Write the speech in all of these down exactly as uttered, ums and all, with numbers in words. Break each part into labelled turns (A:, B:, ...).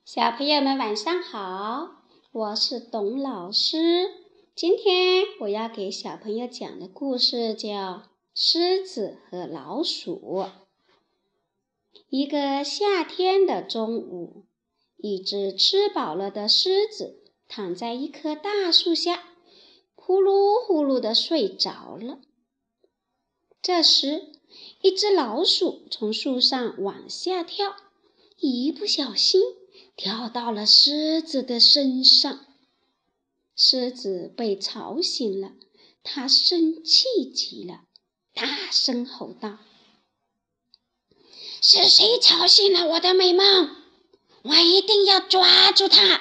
A: 小朋友们晚上好，我是董老师。今天我要给小朋友讲的故事叫《狮子和老鼠》。一个夏天的中午，一只吃饱了的狮子躺在一棵大树下，呼噜呼噜地睡着了。这时，一只老鼠从树上往下跳，一不小心跳到了狮子的身上。狮子被吵醒了，它生气极了，大声吼道：是谁吵醒了我的美梦？我一定要抓住它！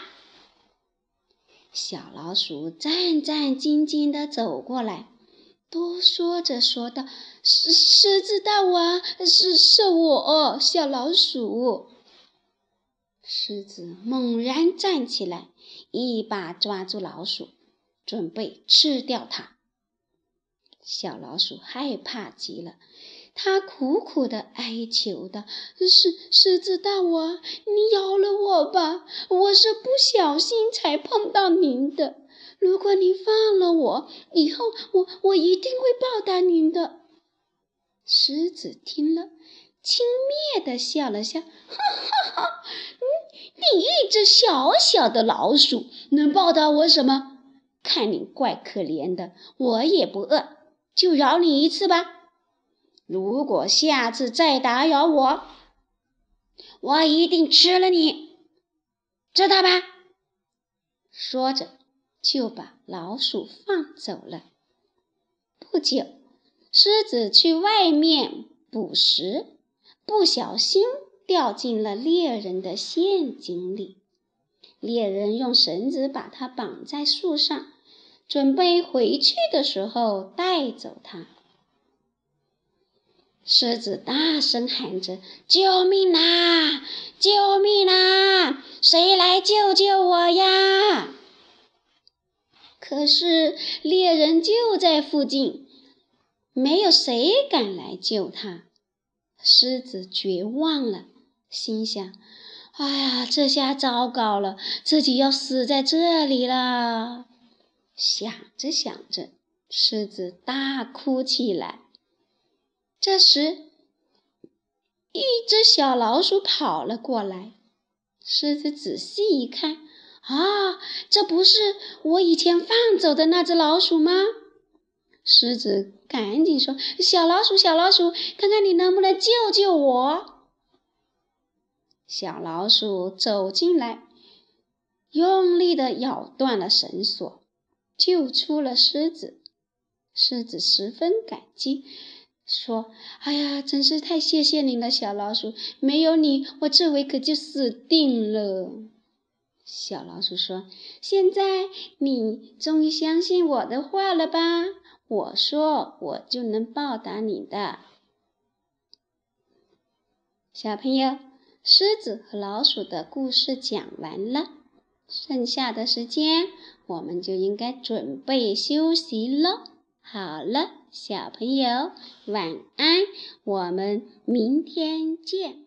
A: 小老鼠战战兢兢地走过来，哆嗦着说道：狮狮子大王，是是我，小老鼠。狮子猛然站起来，一把抓住老鼠，准备吃掉它。小老鼠害怕极了，它苦苦地哀求道：狮狮子大王，你饶了我吧，我是不小心才碰到您的。如果您放了我，以后我我一定会报答您的。狮子听了，轻蔑地笑了笑，哈哈哈，你一只小小的老鼠，能报答我什么？看你怪可怜的，我也不饿，就饶你一次吧。如果下次再打扰我，我一定吃了你，知道吧？说着，就把老鼠放走了。不久，狮子去外面捕食，不小心掉进了猎人的陷阱里。猎人用绳子把它绑在树上，准备回去的时候带走它。狮子大声喊着：救命啊！救命啊！谁来救救我呀！可是猎人就在附近，没有谁敢来救他。狮子绝望了，心想：哎呀，这下糟糕了，自己要死在这里了。想着想着，狮子大哭起来。这时，一只小老鼠跑了过来。狮子仔细一看，啊，这不是我以前放走的那只老鼠吗？狮子赶紧说：小老鼠，小老鼠，看看你能不能救救我。小老鼠走进来，用力地咬断了绳索，救出了狮子。狮子十分感激，说：哎呀，真是太谢谢您了，小老鼠，没有你，我这回可就死定了。小老鼠说：现在你终于相信我的话了吧？我说我就能报答你的。小朋友，狮子和老鼠的故事讲完了，剩下的时间我们就应该准备休息了。好了，小朋友，晚安，我们明天见。